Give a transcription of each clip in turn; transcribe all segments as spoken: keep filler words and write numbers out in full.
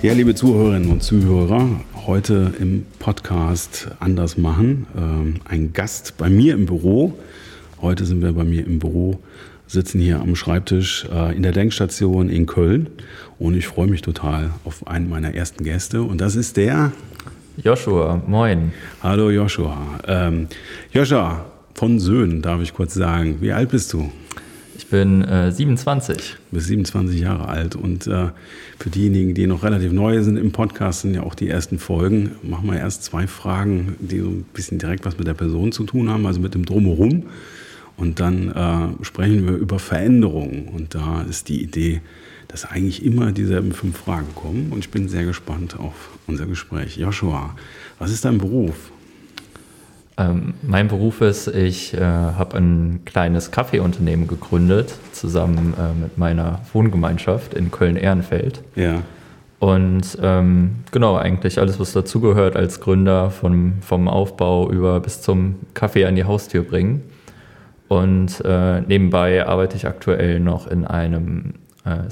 Ja, liebe Zuhörerinnen und Zuhörer, heute im Podcast Anders machen. Ähm, ein Gast bei mir im Büro. Heute sind wir bei mir im Büro, sitzen hier am Schreibtisch äh, in der Denkstation in Köln. Und ich freue mich total auf einen meiner ersten Gäste. Und das ist der Joshua, moin. Hallo Joshua. Ähm, Joshua von Söhn, darf ich kurz sagen. Wie alt bist du? Ich bin äh, siebenundzwanzig. Du bist siebenundzwanzig Jahre alt. Und äh, für diejenigen, die noch relativ neu sind im Podcast, sind ja auch die ersten Folgen, machen wir erst zwei Fragen, die so ein bisschen direkt was mit der Person zu tun haben, also mit dem Drumherum. Und dann äh, sprechen wir über Veränderungen. Und da ist die Idee, dass eigentlich immer dieselben fünf Fragen kommen. Und ich bin sehr gespannt auf unser Gespräch. Joshua, was ist dein Beruf? Ähm, mein Beruf ist, ich äh, habe ein kleines Kaffeeunternehmen gegründet, zusammen äh, mit meiner Wohngemeinschaft in Köln-Ehrenfeld. Ja. Und ähm, genau, eigentlich alles, was dazugehört als Gründer, vom, vom Aufbau über bis zum Kaffee an die Haustür bringen. Und äh, nebenbei arbeite ich aktuell noch in einem äh,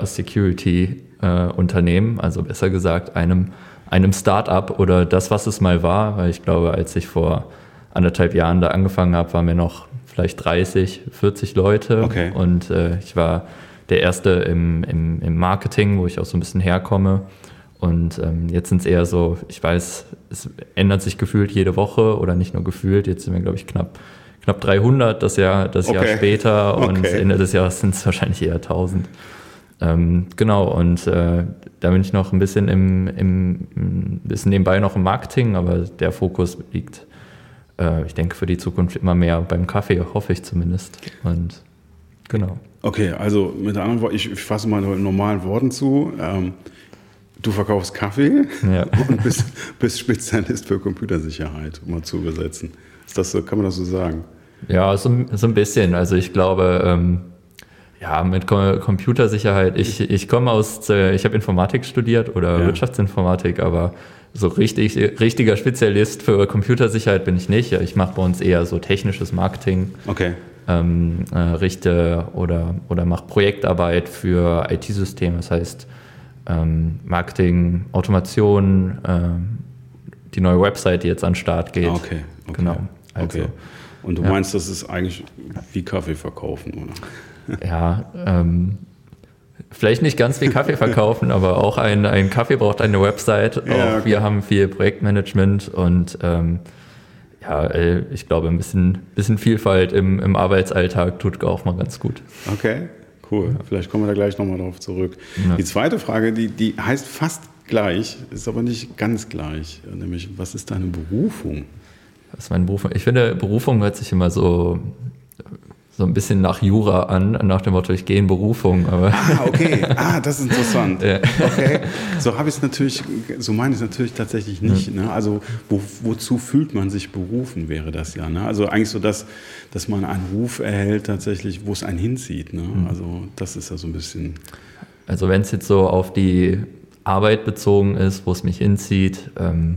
Cyber-Security-Unternehmen, äh, also besser gesagt einem einem Start-up oder das, was es mal war, weil ich glaube, als ich vor anderthalb Jahren da angefangen habe, waren wir noch vielleicht dreißig, vierzig Leute. Okay. Und äh, ich war der Erste im, im, im Marketing, wo ich auch so ein bisschen herkomme. Und ähm, jetzt sind es eher so, ich weiß, es ändert sich gefühlt jede Woche oder nicht nur gefühlt, jetzt sind wir, glaube ich, knapp, knapp dreihundert das Jahr, das okay. Jahr später und okay. Ende des Jahres sind es wahrscheinlich eher tausend. Ähm, genau, und äh, da bin ich noch ein bisschen im, im, im bisschen nebenbei noch im Marketing, aber der Fokus liegt, äh, ich denke, für die Zukunft immer mehr beim Kaffee, hoffe ich zumindest. Und genau. Okay, also mit anderen Worten, ich, ich fasse mal in normalen Worten zu. Ähm, du verkaufst Kaffee ja. und bist, bist Spezialist für Computersicherheit, um mal zu übersetzen. Ist das so, kann man das so sagen? Ja, so, so ein bisschen. Also ich glaube, ähm, ja, mit Computersicherheit. Ich, ich komme aus, ich habe Informatik studiert oder ja. Wirtschaftsinformatik, aber so richtig, richtiger Spezialist für Computersicherheit bin ich nicht. Ich mache bei uns eher so technisches Marketing. Okay. Ähm, äh, richte oder, oder mache Projektarbeit für I T-Systeme. Das heißt ähm, Marketing, Automation, ähm, die neue Website, die jetzt an den Start geht. Okay. okay. Genau. Also, okay. Und du ja. meinst, das ist eigentlich wie Kaffee verkaufen, oder? Ja, ähm, vielleicht nicht ganz wie Kaffee verkaufen, aber auch ein, ein Kaffee braucht eine Website. Ja, auch okay. Wir haben viel Projektmanagement und ähm, ja, ich glaube, ein bisschen, bisschen Vielfalt im, im Arbeitsalltag tut auch mal ganz gut. Okay, cool. Ja. Vielleicht kommen wir da gleich nochmal drauf zurück. Ja. Die zweite Frage, die, die heißt fast gleich, ist aber nicht ganz gleich. Nämlich, was ist deine Berufung? Was ist meine Berufung? Ich finde, Berufung hört sich immer so... so ein bisschen nach Jura an, nach dem Motto, ich gehe in Berufung. Aber ah, okay. Ah, das ist interessant. Ja. Okay. So habe ich es natürlich, so meine ich es natürlich tatsächlich nicht. Mhm. Ne? Also wo, wozu fühlt man sich berufen, wäre das ja. Ne? Also eigentlich so, dass, dass man einen Ruf erhält tatsächlich, wo es einen hinzieht. Ne? Mhm. Also das ist ja so ein bisschen... Also wenn es jetzt so auf die Arbeit bezogen ist, wo es mich hinzieht, ähm,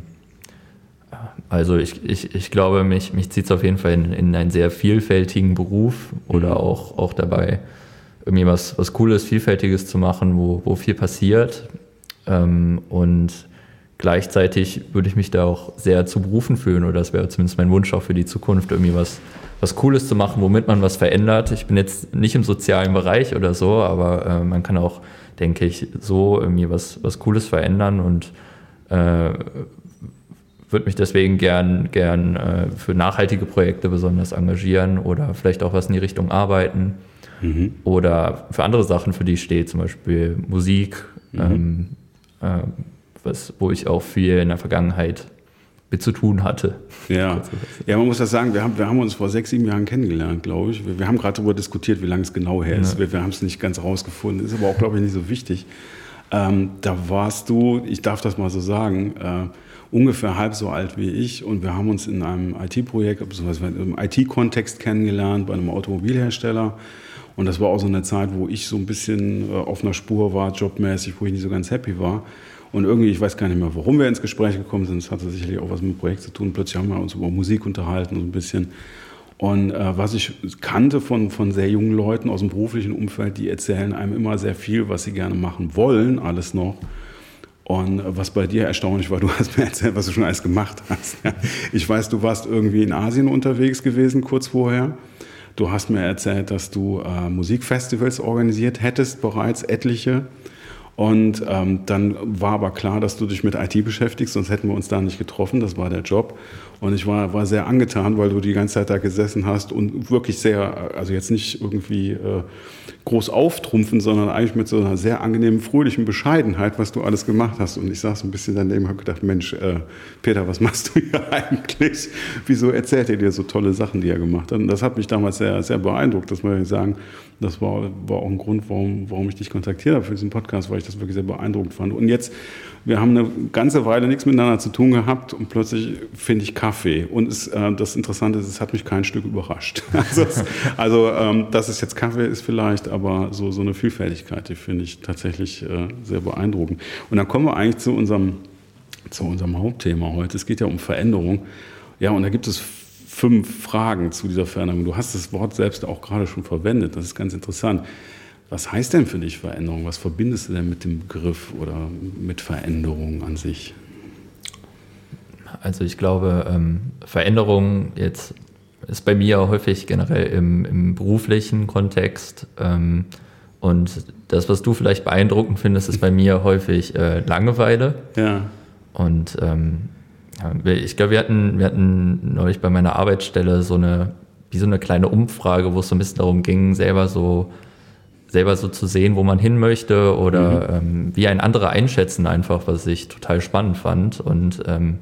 also ich, ich, ich glaube, mich, mich zieht es auf jeden Fall in, in einen sehr vielfältigen Beruf oder mhm. auch, auch dabei, irgendwie was, was Cooles, Vielfältiges zu machen, wo, wo viel passiert. Ähm, und gleichzeitig würde ich mich da auch sehr zu berufen fühlen, oder das wäre zumindest mein Wunsch auch für die Zukunft, irgendwie was, was Cooles zu machen, womit man was verändert. Ich bin jetzt nicht im sozialen Bereich oder so, aber äh, man kann auch, denke ich, so irgendwie was, was Cooles verändern und äh, würde mich deswegen gern, gern äh, für nachhaltige Projekte besonders engagieren oder vielleicht auch was in die Richtung arbeiten mhm. oder für andere Sachen, für die ich stehe, zum Beispiel Musik, mhm. ähm, äh, was, wo ich auch viel in der Vergangenheit mit zu tun hatte. Ja, ja, man muss das sagen, wir haben, wir haben uns vor sechs, sieben Jahren kennengelernt, glaube ich. Wir, wir haben gerade darüber diskutiert, wie lange es genau her ist. Ja. Wir, wir haben es nicht ganz rausgefunden, ist aber auch, glaube ich, nicht so wichtig. Ähm, da warst du, ich darf das mal so sagen, äh, ungefähr halb so alt wie ich und wir haben uns in einem I T-Projekt, beziehungsweise im I T-Kontext kennengelernt, bei einem Automobilhersteller und das war auch so eine Zeit, wo ich so ein bisschen äh, auf einer Spur war, jobmäßig, wo ich nicht so ganz happy war und irgendwie, ich weiß gar nicht mehr, warum wir ins Gespräch gekommen sind, es hatte sicherlich auch was mit dem Projekt zu tun, plötzlich haben wir uns über Musik unterhalten, so ein bisschen und äh, was ich kannte von, von sehr jungen Leuten aus dem beruflichen Umfeld, die erzählen einem immer sehr viel, was sie gerne machen wollen, alles noch. Und was bei dir erstaunlich war, du hast mir erzählt, was du schon alles gemacht hast. Ich weiß, du warst irgendwie in Asien unterwegs gewesen, kurz vorher. Du hast mir erzählt, dass du äh, Musikfestivals organisiert hättest, bereits etliche. Und ähm, dann war aber klar, dass du dich mit I T beschäftigst, sonst hätten wir uns da nicht getroffen. Das war der Job. Und ich war, war sehr angetan, weil du die ganze Zeit da gesessen hast und wirklich sehr, also jetzt nicht irgendwie äh, groß auftrumpfen, sondern eigentlich mit so einer sehr angenehmen, fröhlichen Bescheidenheit, was du alles gemacht hast. Und ich saß so ein bisschen daneben und habe gedacht, Mensch, äh, Peter, was machst du hier eigentlich? Wieso erzählt er dir so tolle Sachen, die er gemacht hat? Und das hat mich damals sehr, sehr beeindruckt, das muss ich sagen. Das war, war auch ein Grund, warum, warum ich dich kontaktiert habe für diesen Podcast, weil ich das wirklich sehr beeindruckend fand. Und jetzt, wir haben eine ganze Weile nichts miteinander zu tun gehabt und plötzlich finde ich Kaffee. Und es, äh, das Interessante ist, es hat mich kein Stück überrascht. Also, es, also ähm, dass es jetzt Kaffee ist vielleicht, aber so, so eine Vielfältigkeit, die finde ich tatsächlich äh, sehr beeindruckend. Und dann kommen wir eigentlich zu unserem, zu unserem Hauptthema heute. Es geht ja um Veränderung. Ja, und da gibt es fünf Fragen zu dieser Veränderung. Du hast das Wort selbst auch gerade schon verwendet. Das ist ganz interessant. Was heißt denn für dich Veränderung? Was verbindest du denn mit dem Begriff oder mit Veränderung an sich? Also ich glaube, ähm, Veränderung jetzt ist bei mir häufig generell im, im beruflichen Kontext. Ähm, und das, was du vielleicht beeindruckend findest, ist bei mir häufig äh, Langeweile. Ja. Und ähm, ich glaube, wir hatten, wir hatten neulich bei meiner Arbeitsstelle so eine, wie so eine kleine Umfrage, wo es so ein bisschen darum ging, selber so, selber so zu sehen, wo man hin möchte oder mhm. ähm, wie ein anderer einschätzen einfach, was ich total spannend fand. Und ähm,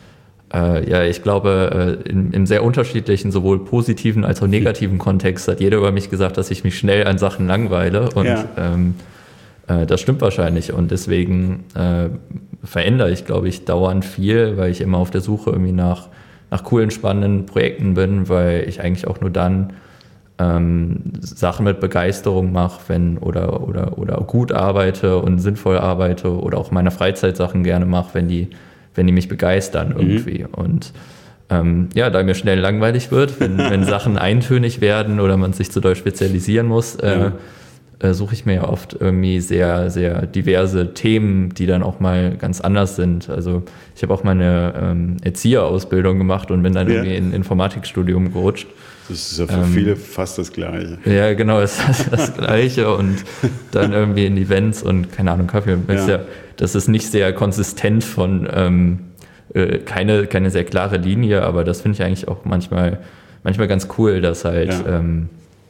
äh, ja, ich glaube, äh, in, im sehr unterschiedlichen, sowohl positiven als auch negativen Kontext hat jeder über mich gesagt, dass ich mich schnell an Sachen langweile. Und ja. ähm, äh, das stimmt wahrscheinlich. Und deswegen äh, verändere ich, glaube ich, dauernd viel, weil ich immer auf der Suche irgendwie nach, nach coolen, spannenden Projekten bin, weil ich eigentlich auch nur dann ähm, Sachen mit Begeisterung mache, wenn oder, oder, oder gut arbeite und sinnvoll arbeite oder auch meine Freizeitsachen gerne mache, wenn die, wenn die mich begeistern irgendwie. Mhm. Und ähm, ja, da mir schnell langweilig wird, wenn, wenn Sachen eintönig werden oder man sich zu doll spezialisieren muss, äh, ja. suche ich mir ja oft irgendwie sehr, sehr diverse Themen, die dann auch mal ganz anders sind. Also ich habe auch meine ähm, Erzieherausbildung gemacht und bin dann ja. irgendwie in ein Informatikstudium gerutscht. Das ist ja für ähm, viele fast das Gleiche. Ja, genau, es ist das Gleiche und dann irgendwie in Events und keine Ahnung, Kaffee. Ja. Ja, das ist nicht sehr konsistent von, ähm, äh, keine, keine sehr klare Linie, aber das finde ich eigentlich auch manchmal, manchmal ganz cool, dass halt ja. Ähm,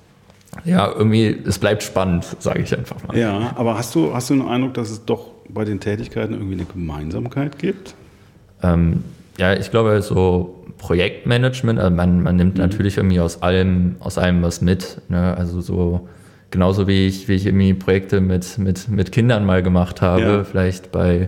Ja, irgendwie, es bleibt spannend, sage ich einfach mal. Ja, aber hast du, hast du den Eindruck, dass es doch bei den Tätigkeiten irgendwie eine Gemeinsamkeit gibt? Ähm, ja, ich glaube, so Projektmanagement, also man, man nimmt mhm. natürlich irgendwie aus allem, aus allem was mit. Ne? Also so genauso wie ich, wie ich irgendwie Projekte mit, mit, mit Kindern mal gemacht habe, ja. vielleicht bei,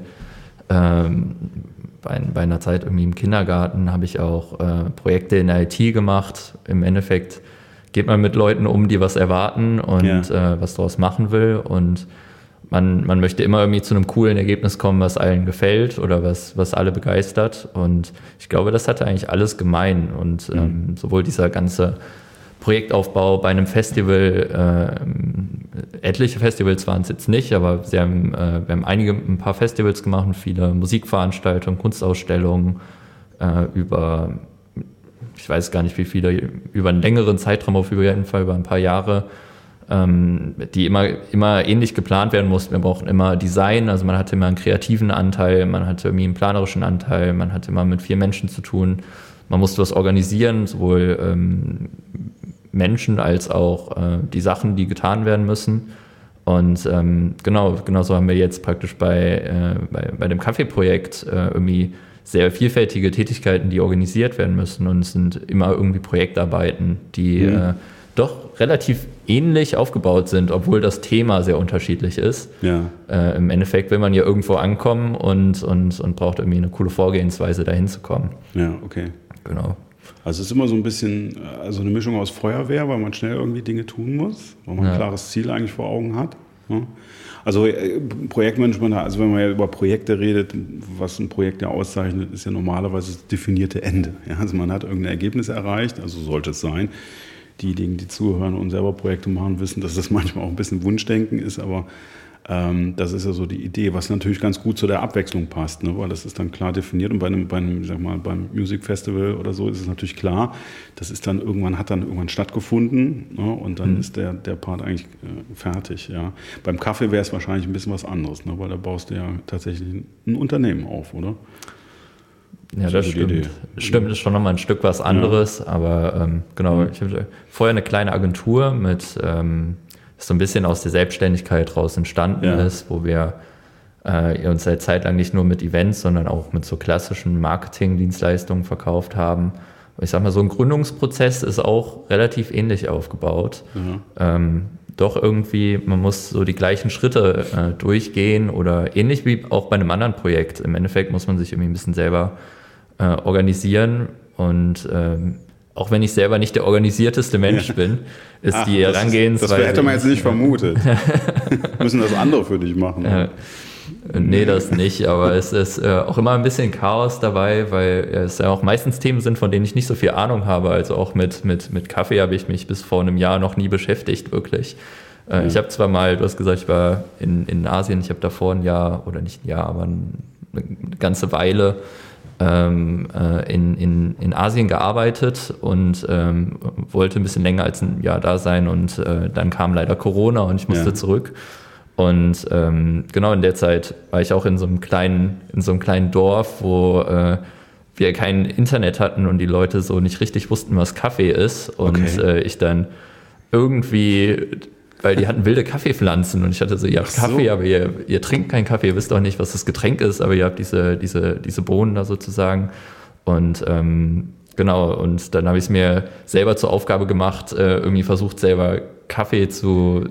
ähm, bei, bei einer Zeit irgendwie im Kindergarten habe ich auch äh, Projekte in der I T gemacht. Im Endeffekt geht man mit Leuten um, die was erwarten und ja. äh, was daraus machen will. Und man, man möchte immer irgendwie zu einem coolen Ergebnis kommen, was allen gefällt oder was, was alle begeistert. Und ich glaube, das hatte eigentlich alles gemein. Und ähm, mhm. sowohl dieser ganze Projektaufbau bei einem Festival, äh, etliche Festivals waren es jetzt nicht, aber sie haben, äh, wir haben einige, ein paar Festivals gemacht und viele Musikveranstaltungen, Kunstausstellungen äh, über ich weiß gar nicht wie viele, über einen längeren Zeitraum, auf jeden Fall über ein paar Jahre, ähm, die immer, immer ähnlich geplant werden mussten. Wir brauchen immer Design, also man hatte immer einen kreativen Anteil, man hatte irgendwie einen planerischen Anteil, man hatte immer mit vier Menschen zu tun. Man musste was organisieren, sowohl ähm, Menschen als auch äh, die Sachen, die getan werden müssen. Und ähm, genau, genau so haben wir jetzt praktisch bei, äh, bei, bei dem Kaffeeprojekt äh, irgendwie sehr vielfältige Tätigkeiten, die organisiert werden müssen und es sind immer irgendwie Projektarbeiten, die mhm. äh, doch relativ ähnlich aufgebaut sind, obwohl das Thema sehr unterschiedlich ist. Ja. Äh, im Endeffekt will man ja irgendwo ankommen und, und, und braucht irgendwie eine coole Vorgehensweise, dahin zu kommen. Ja, okay. Genau. Also es ist immer so ein bisschen, also eine Mischung aus Feuerwehr, weil man schnell irgendwie Dinge tun muss, weil man ja. ein klares Ziel eigentlich vor Augen hat. Ja. Also Projektmanagement, also wenn man ja über Projekte redet, was ein Projekt ja auszeichnet, ist ja normalerweise das definierte Ende. Ja, also man hat irgendein Ergebnis erreicht, also sollte es sein. Diejenigen, die zuhören und selber Projekte machen, wissen, dass das manchmal auch ein bisschen Wunschdenken ist, aber Ähm, das ist ja so die Idee, was natürlich ganz gut zu der Abwechslung passt, ne? Weil das ist dann klar definiert und bei einem, bei einem, sag mal, beim Music Festival oder so ist es natürlich klar, das ist dann irgendwann, hat dann irgendwann stattgefunden, ne? Und dann mhm. ist der, der Part eigentlich äh, fertig, ja. Beim Kaffee wäre es wahrscheinlich ein bisschen was anderes, ne? Weil da baust du ja tatsächlich ein Unternehmen auf, oder? Ja, das stimmt. Stimmt, ist schon nochmal ein Stück was anderes, ja. aber ähm, genau, mhm. ich habe vorher eine kleine Agentur mit, ähm, so ein bisschen aus der Selbstständigkeit raus entstanden ja. ist, wo wir äh, uns eine Zeit lang nicht nur mit Events, sondern auch mit so klassischen Marketing-Dienstleistungen verkauft haben. Ich sag mal, so ein Gründungsprozess ist auch relativ ähnlich aufgebaut. Mhm. Ähm, doch irgendwie, man muss so die gleichen Schritte äh, durchgehen oder ähnlich wie auch bei einem anderen Projekt. Im Endeffekt muss man sich irgendwie ein bisschen selber äh, organisieren und ähm, auch wenn ich selber nicht der organisierteste Mensch ja. bin, ist Ach, die Herangehensweise... Das, das hätte man jetzt nicht vermutet. Müssen das andere für dich machen. Äh, nee, das nicht, aber es ist äh, auch immer ein bisschen Chaos dabei, weil es ja auch meistens Themen sind, von denen ich nicht so viel Ahnung habe. Also auch mit, mit, mit Kaffee habe ich mich bis vor einem Jahr noch nie beschäftigt, wirklich. Äh, ja. Ich habe zwar mal, du hast gesagt, ich war in, in Asien, ich habe davor ein Jahr, oder nicht ein Jahr, aber eine ganze Weile Ähm, äh, in, in, in Asien gearbeitet und ähm, wollte ein bisschen länger als ein Jahr da sein und äh, dann kam leider Corona und ich musste ja. zurück. Und ähm, genau in der Zeit war ich auch in so einem kleinen, in so einem kleinen Dorf, wo äh, wir kein Internet hatten und die Leute so nicht richtig wussten, was Kaffee ist. Und okay. äh, ich dann irgendwie, weil die hatten wilde Kaffeepflanzen und ich hatte so, ihr habt Kaffee, so. aber ihr, ihr trinkt keinen Kaffee, ihr wisst auch nicht, was das Getränk ist, aber ihr habt diese, diese, diese Bohnen da sozusagen. Und ähm, genau, und dann habe ich es mir selber zur Aufgabe gemacht, äh, irgendwie versucht, selber Kaffee zu,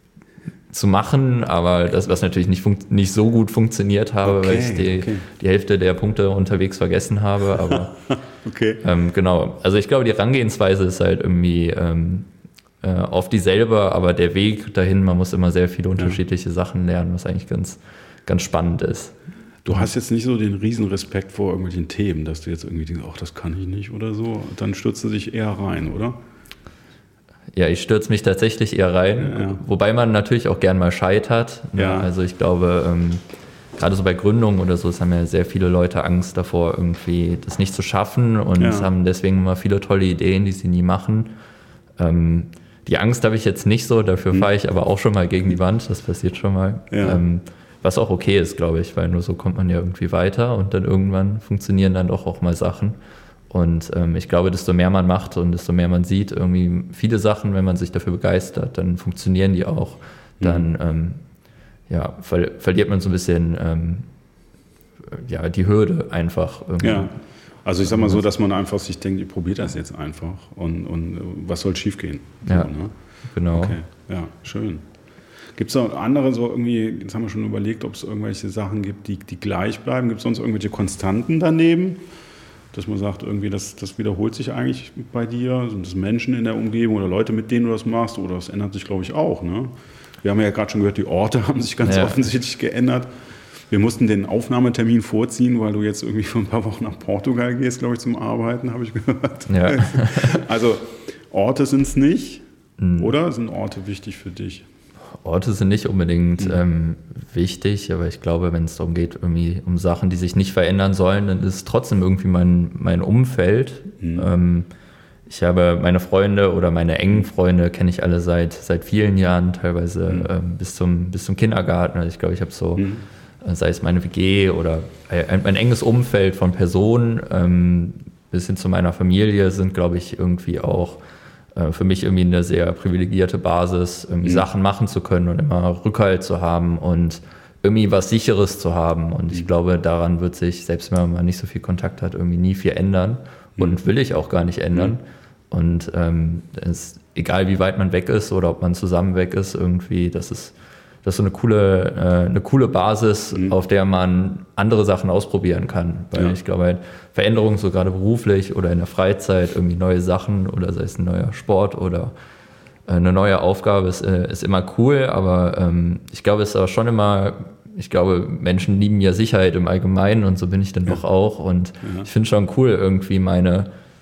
zu machen, aber das, was natürlich nicht, funkt, nicht so gut funktioniert habe, okay, weil ich die, okay. die Hälfte der Punkte unterwegs vergessen habe. Aber okay. ähm, genau, also ich glaube, die Herangehensweise ist halt irgendwie ähm, auf dieselbe, aber der Weg dahin, man muss immer sehr viele unterschiedliche ja. Sachen lernen, was eigentlich ganz, ganz spannend ist. Du hast jetzt nicht so den riesen Respekt vor irgendwelchen Themen, dass du jetzt irgendwie denkst, ach, das kann ich nicht oder so, dann stürzt du dich eher rein, oder? Ja, ich stürze mich tatsächlich eher rein, ja, ja. wobei man natürlich auch gern mal scheitert. Ja. Also ich glaube, ähm, gerade so bei Gründungen oder so, es haben ja sehr viele Leute Angst davor, irgendwie das nicht zu schaffen und ja. haben deswegen immer viele tolle Ideen, die sie nie machen. Ähm, Die Angst habe ich jetzt nicht so, dafür hm. fahre ich aber auch schon mal gegen die Wand, das passiert schon mal. Ja. Ähm, was auch okay ist, glaube ich, weil nur so kommt man ja irgendwie weiter und dann irgendwann funktionieren dann doch auch mal Sachen. Und ähm, ich glaube, desto mehr man macht und desto mehr man sieht, irgendwie viele Sachen, wenn man sich dafür begeistert, dann funktionieren die auch. Dann hm. ähm, ja, ver- verliert man so ein bisschen ähm, ja, die Hürde einfach irgendwie. Ja. Also ich sag mal so, dass man einfach sich denkt, ich probiere das jetzt einfach und, und was soll schief gehen? So, ja, ne? genau. Okay, ja, schön. Gibt es noch andere so irgendwie, jetzt haben wir schon überlegt, ob es irgendwelche Sachen gibt, die, die gleich bleiben? Gibt es sonst irgendwelche Konstanten daneben? Dass man sagt, irgendwie das, das wiederholt sich eigentlich bei dir? Sind das Menschen in der Umgebung oder Leute, mit denen du das machst? Oder das ändert sich, glaube ich, auch, ne? Wir haben ja gerade schon gehört, die Orte haben sich ganz ja. offensichtlich geändert. Wir mussten den Aufnahmetermin vorziehen, weil du jetzt irgendwie für ein paar Wochen nach Portugal gehst, glaube ich, zum Arbeiten, habe ich gehört. Ja. Also Orte sind es nicht, mhm. oder? Sind Orte wichtig für dich? Orte sind nicht unbedingt mhm. ähm, wichtig, aber ich glaube, wenn es darum geht, irgendwie um Sachen, die sich nicht verändern sollen, dann ist es trotzdem irgendwie mein, mein Umfeld. Mhm. Ähm, ich habe meine Freunde oder meine engen Freunde, kenne ich alle seit, seit vielen Jahren, teilweise mhm. ähm, bis, zum, bis zum Kindergarten. Also ich glaube, ich habe so... Mhm. sei es meine W G oder ein, ein enges Umfeld von Personen ähm, bis hin zu meiner Familie sind, glaube ich, irgendwie auch äh, für mich irgendwie eine sehr privilegierte Basis, irgendwie mhm. Sachen machen zu können und immer Rückhalt zu haben und irgendwie was Sicheres zu haben. Und ich glaube, daran wird sich, selbst wenn man nicht so viel Kontakt hat, irgendwie nie viel ändern und mhm. will ich auch gar nicht ändern. Mhm. Und ähm, es, egal wie weit man weg ist oder ob man zusammen weg ist, irgendwie, das ist Das ist so eine coole, äh, eine coole Basis, mhm. auf der man andere Sachen ausprobieren kann. Weil ja. ich glaube, halt Veränderungen, so gerade beruflich oder in der Freizeit, irgendwie neue Sachen oder sei es ein neuer Sport oder äh, eine neue Aufgabe, ist, äh, ist immer cool. Aber ähm, ich glaube, es ist auch schon immer, ich glaube, Menschen lieben ja Sicherheit im Allgemeinen und so bin ich dann ja. doch auch. Und ja. ich finde schon cool, irgendwie meine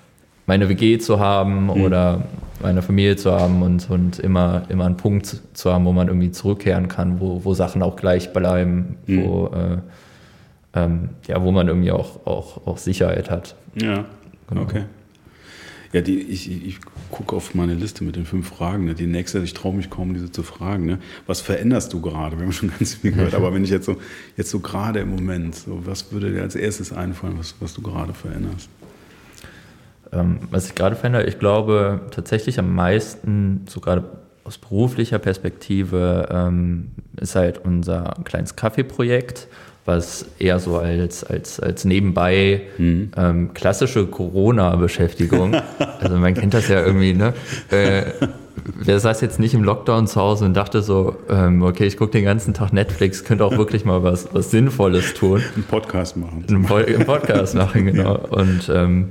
meine W G zu haben mhm. oder meine Familie zu haben und, und immer, immer einen Punkt zu haben, wo man irgendwie zurückkehren kann, wo, wo Sachen auch gleich bleiben, mhm. wo, äh, ähm, ja, wo man irgendwie auch, auch, auch Sicherheit hat. Ja, genau. Okay. Ja, die, ich, ich gucke auf meine Liste mit den fünf Fragen. Ne? Die nächste, ich traue mich kaum, diese zu fragen. Ne? Was veränderst du gerade? Wir haben schon ganz viel gehört, aber wenn ich jetzt so, jetzt so gerade im Moment, so, was würde dir als erstes einfallen, was, was du gerade veränderst? Ähm, was ich gerade verändere, ich glaube tatsächlich am meisten, so gerade aus beruflicher Perspektive, ähm, ist halt unser kleines Kaffeeprojekt, was eher so als, als, als nebenbei mhm. ähm, klassische Corona-Beschäftigung, also man kennt das ja irgendwie, ne? Äh, wer saß jetzt nicht im Lockdown zu Hause und dachte so, ähm, okay, ich gucke den ganzen Tag Netflix, könnte auch wirklich mal was, was Sinnvolles tun. Einen Podcast machen. Einen Podcast machen, genau. Und ähm,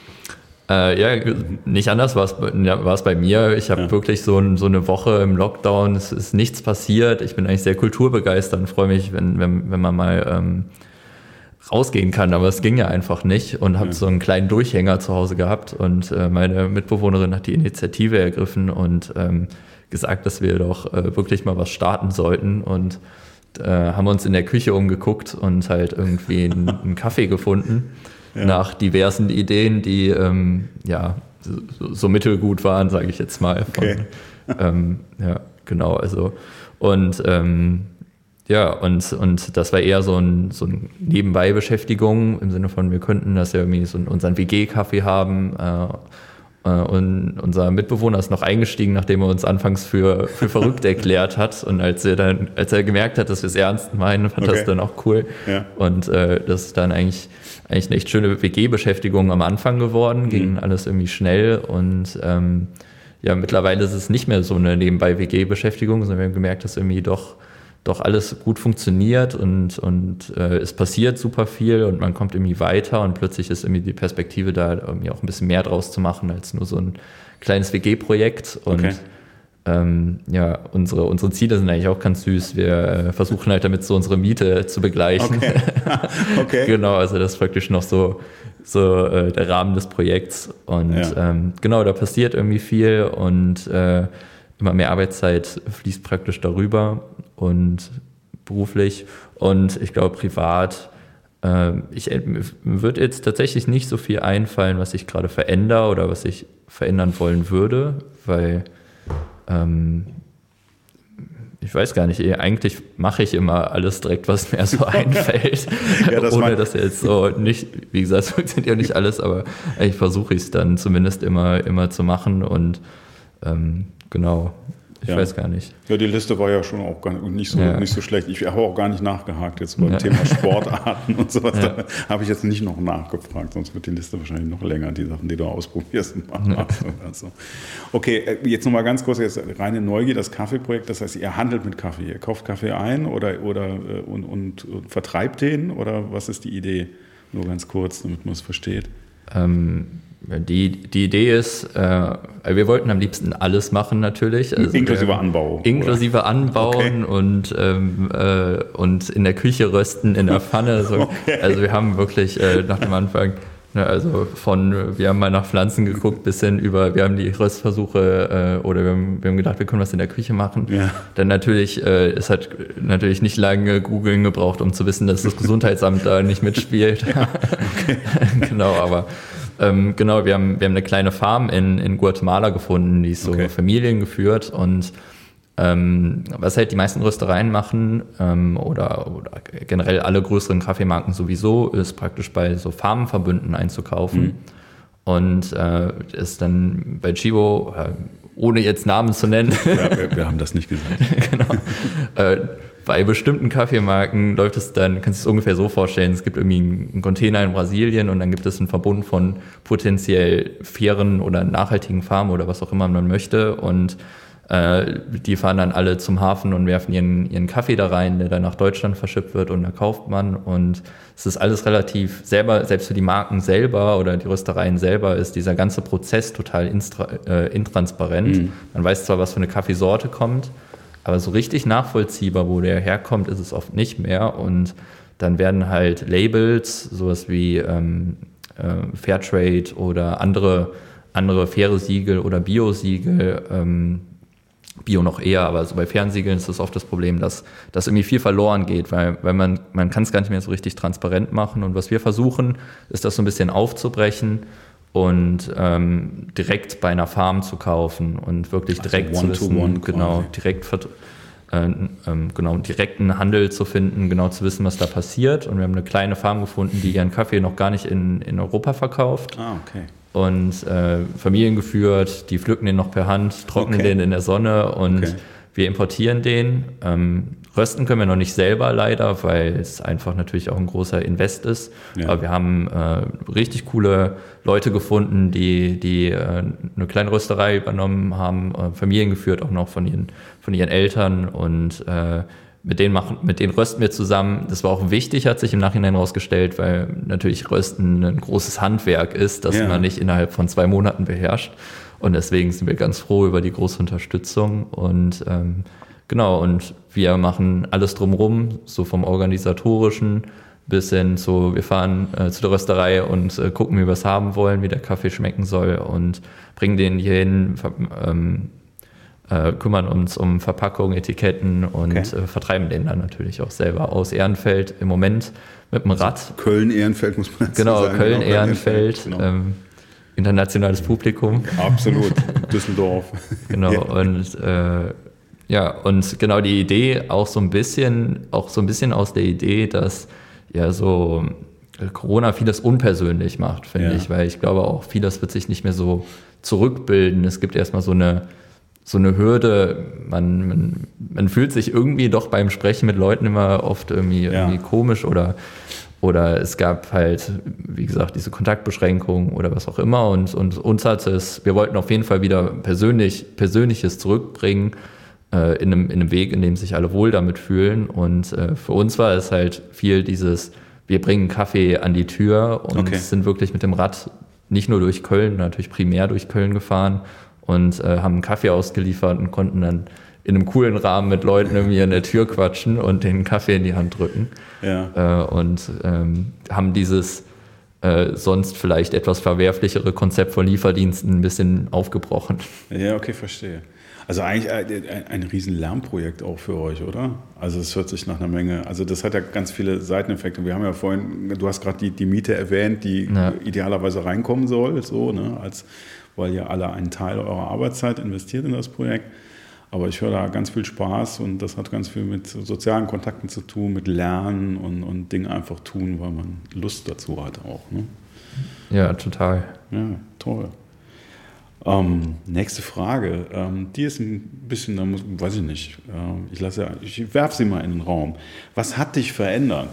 Äh, ja, nicht anders war es ja, war es bei mir. Ich habe ja. wirklich so, ein, so eine Woche im Lockdown, es ist nichts passiert. Ich bin eigentlich sehr kulturbegeistert und freue mich, wenn, wenn, wenn man mal ähm, rausgehen kann. Aber es ging ja einfach nicht und habe ja. so einen kleinen Durchhänger zu Hause gehabt. Und äh, meine Mitbewohnerin hat die Initiative ergriffen und ähm, gesagt, dass wir doch äh, wirklich mal was starten sollten. Und äh, haben uns in der Küche umgeguckt und halt irgendwie einen, einen Kaffee gefunden. Ja. Nach diversen Ideen, die ähm, ja so, so mittelgut waren, sage ich jetzt mal. Von, okay. ähm, ja, genau. Also und ähm, ja und und das war eher so ein so ein Nebenbei-Beschäftigung im Sinne von, wir könnten das ja irgendwie so unseren W G-Kaffee haben. Äh, Und unser Mitbewohner ist noch eingestiegen, nachdem er uns anfangs für, für verrückt erklärt hat. Und als er dann, als er gemerkt hat, dass wir es ernst meinen, fand okay. das dann auch cool. Ja. Und äh, das ist dann eigentlich, eigentlich eine echt schöne W G-Beschäftigung am Anfang geworden. Mhm. Ging alles irgendwie schnell. Und ähm, ja, mittlerweile ist es nicht mehr so eine nebenbei-W G-Beschäftigung, sondern wir haben gemerkt, dass irgendwie doch doch alles gut funktioniert und, und äh, es passiert super viel und man kommt irgendwie weiter und plötzlich ist irgendwie die Perspektive da, irgendwie auch ein bisschen mehr draus zu machen als nur so ein kleines W G-Projekt. Und okay. ähm, ja, unsere, unsere Ziele sind eigentlich auch ganz süß. Wir äh, versuchen halt damit so unsere Miete zu begleichen. Okay. Okay. Genau, also das ist praktisch noch so, so äh, der Rahmen des Projekts. Und ja. ähm, genau, da passiert irgendwie viel und äh, immer mehr Arbeitszeit fließt praktisch darüber und beruflich und ich glaube privat, äh, ich, mir wird jetzt tatsächlich nicht so viel einfallen, was ich gerade verändere oder was ich verändern wollen würde, weil ähm, ich weiß gar nicht, eigentlich mache ich immer alles direkt, was mir so einfällt, ja, das ohne dass jetzt so nicht, wie gesagt, es funktioniert ja nicht alles, aber eigentlich versuche ich es dann zumindest immer, immer zu machen und ähm, genau. Ich ja. weiß gar nicht. Ja, die Liste war ja schon auch gar nicht so, ja. nicht so schlecht. Ich habe auch gar nicht nachgehakt jetzt beim ja. Thema Sportarten und sowas. Ja. Da habe ich jetzt nicht noch nachgefragt, sonst wird die Liste wahrscheinlich noch länger, die Sachen, die du ausprobierst und machst. Ja. Oder so. Okay, jetzt nochmal ganz kurz, jetzt reine Neugier, das Kaffeeprojekt, das heißt, ihr handelt mit Kaffee, ihr kauft Kaffee ein oder, oder und, und, und vertreibt den oder was ist die Idee? Nur ganz kurz, damit man es versteht. Ähm Die, die Idee ist, äh, wir wollten am liebsten alles machen natürlich. Also, inklusive Anbau. Inklusive oder? Anbauen okay. und, ähm, äh, und in der Küche rösten, in der Pfanne. So. Okay. Also wir haben wirklich äh, nach dem Anfang, ne, also von, wir haben mal nach Pflanzen geguckt, bis hin über, wir haben die Röstversuche äh, oder wir haben, wir haben gedacht, wir können was in der Küche machen. Ja. Dann natürlich, äh, es hat natürlich nicht lange googeln gebraucht, um zu wissen, dass das Gesundheitsamt da nicht mitspielt. Okay. Genau, aber Ähm, genau, wir haben, wir haben eine kleine Farm in, in Guatemala gefunden, die ist so okay. familiengeführt und ähm, was halt die meisten Röstereien machen ähm, oder, oder generell alle größeren Kaffeemarken sowieso, ist praktisch bei so Farmenverbünden einzukaufen mhm. und äh, ist dann bei Chivo, äh, ohne jetzt Namen zu nennen. Ja, wir, wir haben das nicht gesagt. Genau. Äh, Bei bestimmten Kaffeemarken läuft es dann, kannst du es ungefähr so vorstellen, es gibt irgendwie einen Container in Brasilien und dann gibt es einen Verbund von potenziell fairen oder nachhaltigen Farmen oder was auch immer man möchte und äh, die fahren dann alle zum Hafen und werfen ihren, ihren Kaffee da rein, der dann nach Deutschland verschippt wird und da kauft man und es ist alles relativ selber, selbst für die Marken selber oder die Röstereien selber ist dieser ganze Prozess total instra, äh, intransparent. Mhm. Man weiß zwar, was für eine Kaffeesorte kommt, aber so richtig nachvollziehbar, wo der herkommt, ist es oft nicht mehr. Und dann werden halt Labels, sowas wie ähm, äh, Fairtrade oder andere, andere faire Siegel oder Bio-Siegel, ähm, Bio noch eher, aber so bei fairen Siegeln ist das oft das Problem, dass, dass irgendwie viel verloren geht, weil, weil man, man kann es gar nicht mehr so richtig transparent machen. Und was wir versuchen, ist das so ein bisschen aufzubrechen und ähm, direkt bei einer Farm zu kaufen und wirklich also direkt zu wissen, one genau, direkt äh, ähm, genau, direkten Handel zu finden, genau zu wissen, was da passiert. Und wir haben eine kleine Farm gefunden, die ihren Kaffee noch gar nicht in, in Europa verkauft. Ah, okay. Und äh, Familien geführt, die pflücken den noch per Hand, trocknen okay. den in der Sonne und okay. wir importieren den. Ähm, rösten können wir noch nicht selber leider, weil es einfach natürlich auch ein großer Invest ist. Ja. Aber wir haben äh, richtig coole Leute gefunden, die, die äh, eine kleine Rösterei übernommen haben, äh, Familien geführt auch noch von ihren, von ihren Eltern und äh, Mit denen, machen, mit denen rösten wir zusammen. Das war auch wichtig, hat sich im Nachhinein herausgestellt, weil natürlich Rösten ein großes Handwerk ist, das ja. man nicht innerhalb von zwei Monaten beherrscht. Und deswegen sind wir ganz froh über die große Unterstützung. Und ähm, genau, und wir machen alles drumherum, so vom Organisatorischen bis hin zu, wir fahren äh, zu der Rösterei und äh, gucken, wie wir es haben wollen, wie der Kaffee schmecken soll und bringen den hier hin, ähm, Äh, kümmern uns um Verpackung, Etiketten und okay. äh, vertreiben den dann natürlich auch selber aus Ehrenfeld im Moment mit dem Rad. Also Köln-Ehrenfeld muss man dazu genau, sagen. Köln-Ehrenfeld, genau, Köln-Ehrenfeld, ähm, internationales Publikum. Absolut, Düsseldorf. Genau, ja. und äh, ja, und genau die Idee auch so ein bisschen, auch so ein bisschen aus der Idee, dass ja so Corona vieles unpersönlich macht, finde ja. ich, weil ich glaube auch vieles wird sich nicht mehr so zurückbilden. Es gibt erstmal so eine so eine Hürde, man, man, man fühlt sich irgendwie doch beim Sprechen mit Leuten immer oft irgendwie, ja. irgendwie komisch oder, oder es gab halt, wie gesagt, diese Kontaktbeschränkungen oder was auch immer und, und uns hat es, wir wollten auf jeden Fall wieder persönlich, Persönliches zurückbringen äh, in, einem, in einem Weg, in dem sich alle wohl damit fühlen und äh, für uns war es halt viel dieses, wir bringen Kaffee an die Tür und okay. sind wirklich mit dem Rad nicht nur durch Köln, natürlich primär durch Köln gefahren und äh, haben einen Kaffee ausgeliefert und konnten dann in einem coolen Rahmen mit Leuten irgendwie an der Tür quatschen und den Kaffee in die Hand drücken. Ja. Äh, und ähm, haben dieses äh, sonst vielleicht etwas verwerflichere Konzept von Lieferdiensten ein bisschen aufgebrochen. Ja, okay, verstehe. Also eigentlich ein, ein, ein riesen Lernprojekt auch für euch, oder? Also es hört sich nach einer Menge, also das hat ja ganz viele Seiteneffekte. Wir haben ja vorhin, du hast gerade die, die Miete erwähnt, die ja. idealerweise reinkommen soll, so, ne, als weil ihr alle einen Teil eurer Arbeitszeit investiert in das Projekt. Aber ich höre da ganz viel Spaß und das hat ganz viel mit sozialen Kontakten zu tun, mit Lernen und, und Dinge einfach tun, weil man Lust dazu hat auch. Ne? Ja, total. Ja, toll. Ähm, nächste Frage. Ähm, die ist ein bisschen, da muss, weiß ich nicht, äh, ich lasse, ich werfe sie mal in den Raum. Was hat dich verändert?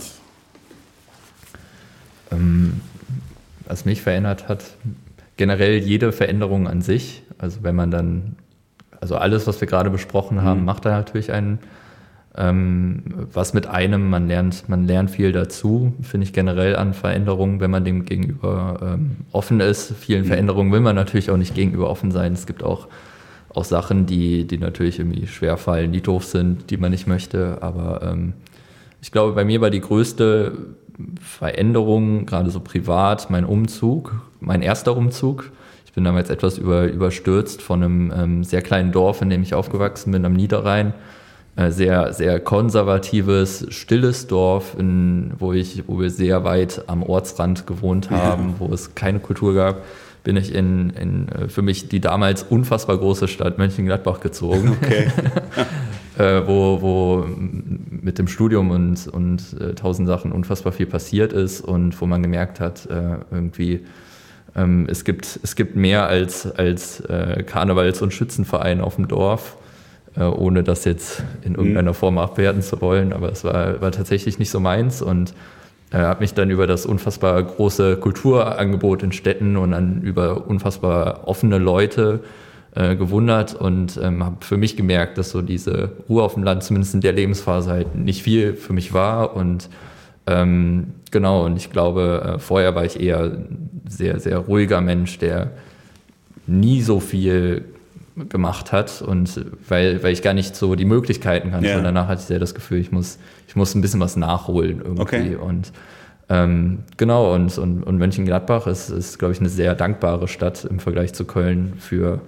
Ähm, was mich verändert hat, generell jede Veränderung an sich, also wenn man dann, also alles, was wir gerade besprochen haben, mhm. macht da natürlich einen, ähm, was mit einem, man lernt, man lernt viel dazu, finde ich generell an Veränderungen, wenn man dem gegenüber ähm, offen ist. Vielen mhm. Veränderungen will man natürlich auch nicht gegenüber offen sein. Es gibt auch, auch Sachen, die, die natürlich irgendwie schwerfallen, die doof sind, die man nicht möchte, aber ähm, ich glaube, bei mir war die größte Veränderung, gerade so privat, mein Umzug, mein erster Umzug. Ich bin damals etwas über, überstürzt von einem ähm, sehr kleinen Dorf, in dem ich aufgewachsen bin, am Niederrhein. Äh, sehr, sehr konservatives, stilles Dorf, in, wo, ich, wo wir sehr weit am Ortsrand gewohnt haben, ja. wo es keine Kultur gab. Bin ich in, in für mich die damals unfassbar große Stadt Mönchengladbach gezogen. Okay. äh, wo, wo mit dem Studium und, und äh, tausend Sachen unfassbar viel passiert ist und wo man gemerkt hat, äh, irgendwie, ähm, es gibt, es gibt mehr als, als äh, Karnevals- und Schützenverein auf dem Dorf, äh, ohne das jetzt in irgendeiner Form abwerten zu wollen, aber es war, war tatsächlich nicht so meins und äh, habe mich dann über das unfassbar große Kulturangebot in Städten und dann über unfassbar offene Leute gewundert und ähm, habe für mich gemerkt, dass so diese Ruhe auf dem Land zumindest in der Lebensphase halt nicht viel für mich war und ähm, genau, und ich glaube, äh, vorher war ich eher ein sehr, sehr ruhiger Mensch, der nie so viel gemacht hat und weil, weil ich gar nicht so die Möglichkeiten kannte. Yeah. Und danach hatte ich sehr das Gefühl, ich muss, ich muss ein bisschen was nachholen irgendwie okay. und Ähm, genau, und, und, und Mönchengladbach ist, ist, glaube ich, eine sehr dankbare Stadt im Vergleich zu Köln für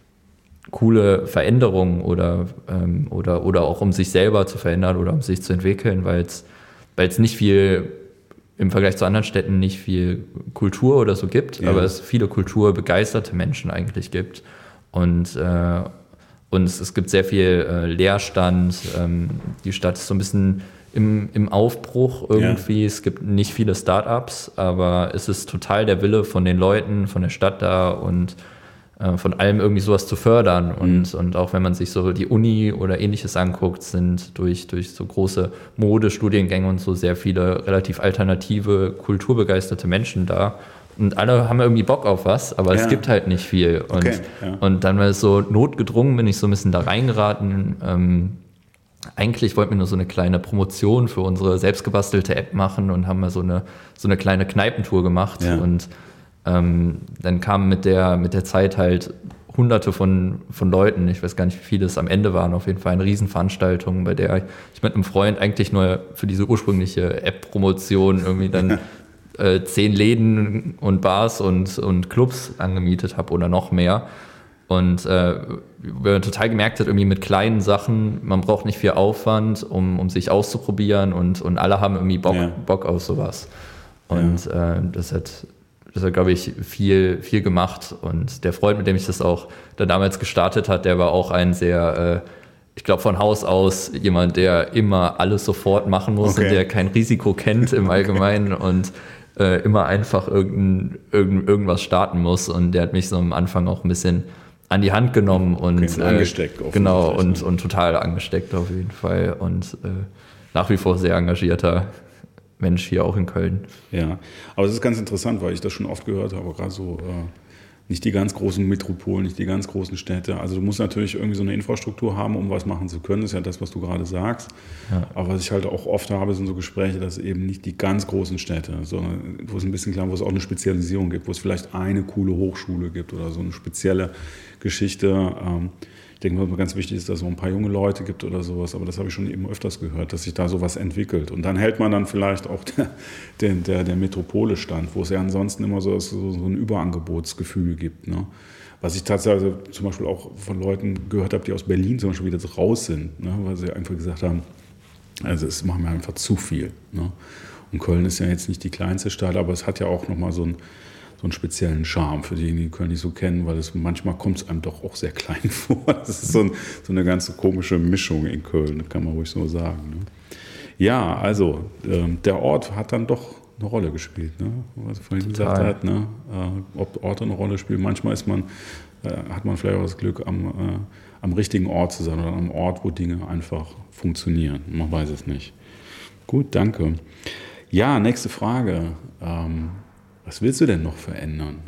coole Veränderungen oder, ähm, oder, oder auch um sich selber zu verändern oder um sich zu entwickeln, weil es weil es nicht viel, im Vergleich zu anderen Städten nicht viel Kultur oder so gibt, ja. aber es viele kulturbegeisterte Menschen eigentlich gibt. Und, äh, und es, es gibt sehr viel äh, Leerstand. Ähm, die Stadt ist so ein bisschen im, im Aufbruch irgendwie. Ja. Es gibt nicht viele Start-ups, aber es ist total der Wille von den Leuten, von der Stadt da und äh, von allem irgendwie sowas zu fördern. Und, mhm. und auch wenn man sich so die Uni oder Ähnliches anguckt, sind durch, durch so große Modestudiengänge und so sehr viele relativ alternative, kulturbegeisterte Menschen da. Und alle haben irgendwie Bock auf was, aber ja. es gibt halt nicht viel. Und, okay, ja. und dann war es so notgedrungen, bin ich so ein bisschen da reingeraten. Ähm, eigentlich wollten wir nur so eine kleine Promotion für unsere selbstgebastelte App machen und haben mal so eine, so eine kleine Kneipentour gemacht. Ja. Und ähm, dann kamen mit der, mit der Zeit halt hunderte von, von Leuten, ich weiß gar nicht, wie viele es am Ende waren, auf jeden Fall eine Riesenveranstaltung, bei der ich mit einem Freund eigentlich nur für diese ursprüngliche App-Promotion irgendwie dann äh, zehn Läden und Bars und, und Clubs angemietet habe oder noch mehr. Und äh, wir total gemerkt hat, irgendwie mit kleinen Sachen, man braucht nicht viel Aufwand, um, um sich auszuprobieren und, und alle haben irgendwie Bock, ja. Bock auf sowas. Und ja. äh, das hat, das hat, glaube ich, viel, viel gemacht. Und der Freund, mit dem ich das auch da damals gestartet hat, der war auch ein sehr, äh, ich glaube, von Haus aus jemand, der immer alles sofort machen muss okay. und der kein Risiko kennt im Allgemeinen okay. und äh, immer einfach irgendein, irgend, irgendwas starten muss. Und der hat mich so am Anfang auch ein bisschen an die Hand genommen und okay, angesteckt. Äh, genau, und, und total angesteckt auf jeden Fall. Und äh, nach wie vor sehr engagierter Mensch hier auch in Köln. Ja, aber es ist ganz interessant, weil ich das schon oft gehört habe, gerade so äh, nicht die ganz großen Metropolen, nicht die ganz großen Städte. Also du musst natürlich irgendwie so eine Infrastruktur haben, um was machen zu können. Das ist ja das, was du gerade sagst. Ja. Aber was ich halt auch oft habe, sind so Gespräche, dass eben nicht die ganz großen Städte, sondern wo es ein bisschen klar, wo es auch eine Spezialisierung gibt, wo es vielleicht eine coole Hochschule gibt oder so eine spezielle Geschichte. Ähm, ich denke, was mir ganz wichtig ist, dass es so ein paar junge Leute gibt oder sowas, aber das habe ich schon eben öfters gehört, dass sich da sowas entwickelt. Und dann hält man dann vielleicht auch der, der, der, der Metropole stand, wo es ja ansonsten immer so, so, so ein Überangebotsgefühl gibt. Ne? Was ich tatsächlich zum Beispiel auch von Leuten gehört habe, die aus Berlin zum Beispiel wieder raus sind, ne? Weil sie einfach gesagt haben, also es macht mir einfach zu viel. Ne? Und Köln ist ja jetzt nicht die kleinste Stadt, aber es hat ja auch nochmal so ein so einen speziellen Charme für diejenigen, die Köln nicht so kennen, weil es manchmal kommt es einem doch auch sehr klein vor. Das ist so, ein, so eine ganz komische Mischung in Köln, kann man ruhig so sagen. Ne? Ja, also ähm, der Ort hat dann doch eine Rolle gespielt, ne? Was er vorhin Total. gesagt hat, ne? äh, ob Orte eine Rolle spielen. Manchmal ist man, äh, hat man vielleicht auch das Glück, am, äh, am richtigen Ort zu sein oder am Ort, wo Dinge einfach funktionieren. Man weiß es nicht. Gut, danke. Ja, nächste Frage. Ähm, Was willst du denn noch verändern?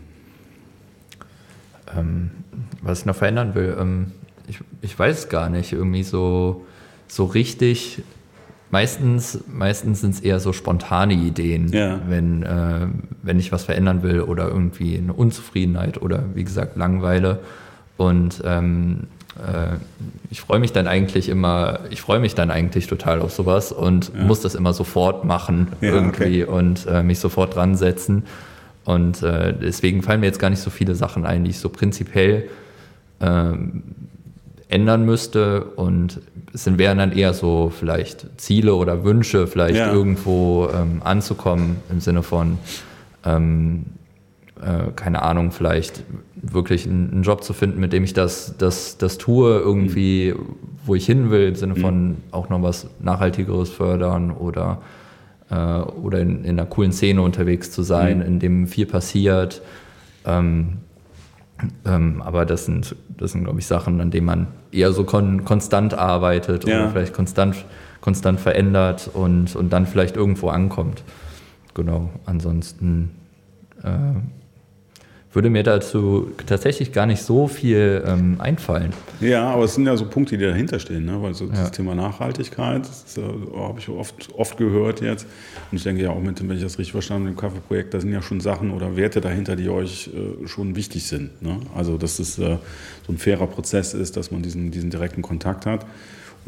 Ähm, was ich noch verändern will, ähm, ich, ich weiß gar nicht, irgendwie so, so richtig. Meistens, meistens sind es eher so spontane Ideen, ja. wenn, äh, wenn ich was verändern will oder irgendwie eine Unzufriedenheit oder wie gesagt Langeweile. Und ähm, äh, ich freue mich dann eigentlich immer, ich freue mich dann eigentlich total auf sowas und ja. muss das immer sofort machen ja, irgendwie okay. und äh, mich sofort dran setzen. Und äh, deswegen fallen mir jetzt gar nicht so viele Sachen ein, die ich so prinzipiell ähm, ändern müsste. Und es sind, wären dann eher so vielleicht Ziele oder Wünsche, vielleicht ja. irgendwo ähm, anzukommen, im Sinne von, ähm, äh, keine Ahnung, vielleicht wirklich einen, einen Job zu finden, mit dem ich das, das, das tue, irgendwie, mhm. wo ich hin will, im Sinne von mhm. auch noch was Nachhaltigeres fördern oder oder in, in einer coolen Szene unterwegs zu sein, mhm. in dem viel passiert. Ähm, ähm, aber das sind, das sind, glaube ich, Sachen, an denen man eher so kon- konstant arbeitet ja. oder vielleicht konstant, konstant verändert und, und dann vielleicht irgendwo ankommt. Genau, ansonsten äh, würde mir dazu tatsächlich gar nicht so viel ähm, einfallen. Ja, aber es sind ja so Punkte, die dahinter stehen, ne? Weil so ja. das Thema Nachhaltigkeit, das äh, habe ich oft, oft gehört jetzt. Und ich denke ja auch mit dem, wenn ich das richtig verstanden habe, mit dem Kaffeeprojekt, da sind ja schon Sachen oder Werte dahinter, die euch äh, schon wichtig sind. Ne? Also, dass es äh, so ein fairer Prozess ist, dass man diesen, diesen direkten Kontakt hat. Und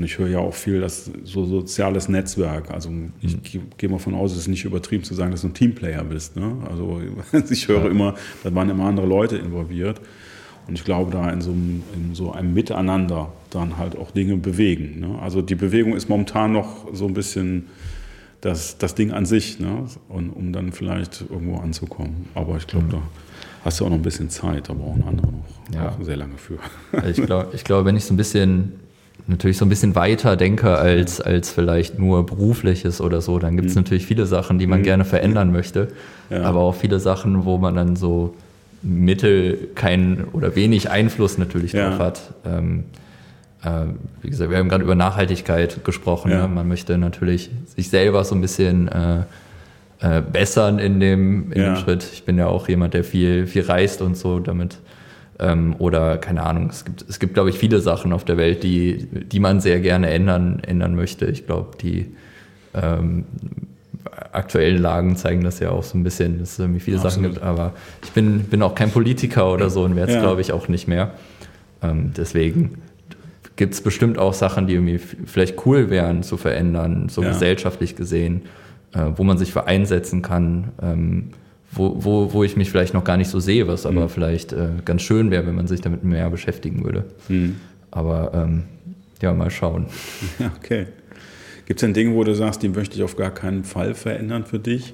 Und ich höre ja auch viel, dass so soziales Netzwerk, also ich mhm. gehe geh mal von aus, es ist nicht übertrieben zu sagen, dass du ein Teamplayer bist. Ne? Also ich höre ja. immer, da waren immer andere Leute involviert. Und ich glaube, da in so einem, in so einem Miteinander dann halt auch Dinge bewegen. Ne? Also die Bewegung ist momentan noch so ein bisschen das, das Ding an sich, ne? Und, um dann vielleicht irgendwo anzukommen. Aber ich glaube, mhm. da hast du auch noch ein bisschen Zeit, da brauchen andere noch ja. auch sehr lange für. Ich glaube, ich glaub, wenn ich so ein bisschen, natürlich so ein bisschen weiter denke als, ja. als vielleicht nur Berufliches oder so, dann gibt es mhm. natürlich viele Sachen, die man mhm. gerne verändern möchte, ja. aber auch viele Sachen, wo man dann so Mittel keinen oder wenig Einfluss natürlich ja. drauf hat. Ähm, äh, wie gesagt, wir haben gerade über Nachhaltigkeit gesprochen. Ja. Ne? Man möchte natürlich sich selber so ein bisschen äh, äh, bessern in dem, in ja. dem Schritt. Ich bin ja auch jemand, der viel, viel reist und so damit. Ähm, oder keine Ahnung, es gibt, es gibt, glaube ich, viele Sachen auf der Welt, die, die man sehr gerne ändern, ändern möchte. Ich glaube, die ähm, aktuellen Lagen zeigen das ja auch so ein bisschen, dass es irgendwie viele ja, Sachen gibt, aber ich bin, bin auch kein Politiker oder so und werde es, ja. glaube ich, auch nicht mehr. Ähm, deswegen gibt es bestimmt auch Sachen, die irgendwie vielleicht cool wären zu verändern, so ja. gesellschaftlich gesehen, äh, wo man sich für einsetzen kann, ähm, wo, wo, wo ich mich vielleicht noch gar nicht so sehe, was aber mhm. vielleicht äh, ganz schön wäre, wenn man sich damit mehr beschäftigen würde. Mhm. Aber ähm, ja, mal schauen. Ja, okay. Gibt es denn Dinge, wo du sagst, die möchte ich auf gar keinen Fall verändern für dich?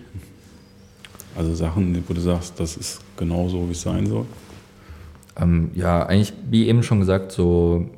Also Sachen, wo du sagst, das ist genau so, wie es sein soll? Ähm, ja, eigentlich, wie eben schon gesagt, so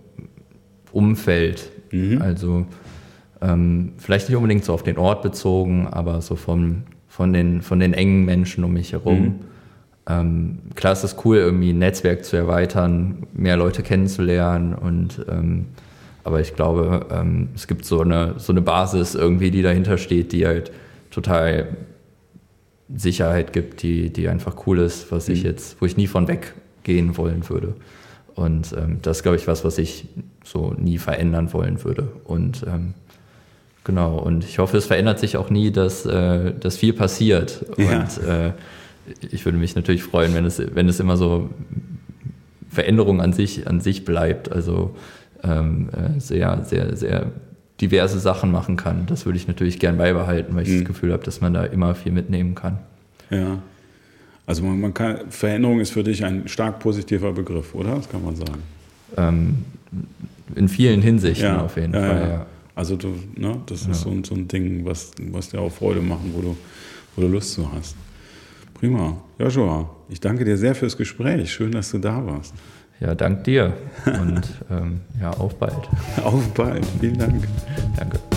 Umfeld. Mhm. Also ähm, vielleicht nicht unbedingt so auf den Ort bezogen, aber so vom, von, den, von den engen Menschen um mich herum. Mhm. Ähm, klar, es ist cool, irgendwie ein Netzwerk zu erweitern, mehr Leute kennenzulernen und ähm, aber ich glaube, ähm, es gibt so eine, so eine Basis irgendwie, die dahinter steht, die halt total Sicherheit gibt, die, die einfach cool ist, was mhm. ich jetzt, wo ich nie von weggehen wollen würde. Und ähm, das ist, glaube ich, was, was ich so nie verändern wollen würde. Und ähm, genau, und ich hoffe, es verändert sich auch nie, dass, äh, dass viel passiert. Ja. Und äh, ich würde mich natürlich freuen, wenn es, wenn es immer so Veränderung an sich, an sich bleibt. Also Ähm, äh, sehr, sehr, sehr diverse Sachen machen kann. Das würde ich natürlich gern beibehalten, weil ich mhm. das Gefühl habe, dass man da immer viel mitnehmen kann. Ja, also man, man kann, Veränderung ist für dich ein stark positiver Begriff, oder? Das kann man sagen. Ähm, in vielen Hinsichten ja, auf jeden ja, Fall, ja. ja. Also du, ne, das ja. ist so, so ein Ding, was, was dir auch Freude machen, wo du, wo du Lust zu hast. Prima. Joshua, ich danke dir sehr fürs Gespräch. Schön, dass du da warst. Ja, dank dir und ähm, ja, auf bald. Auf bald. Vielen Dank. Danke.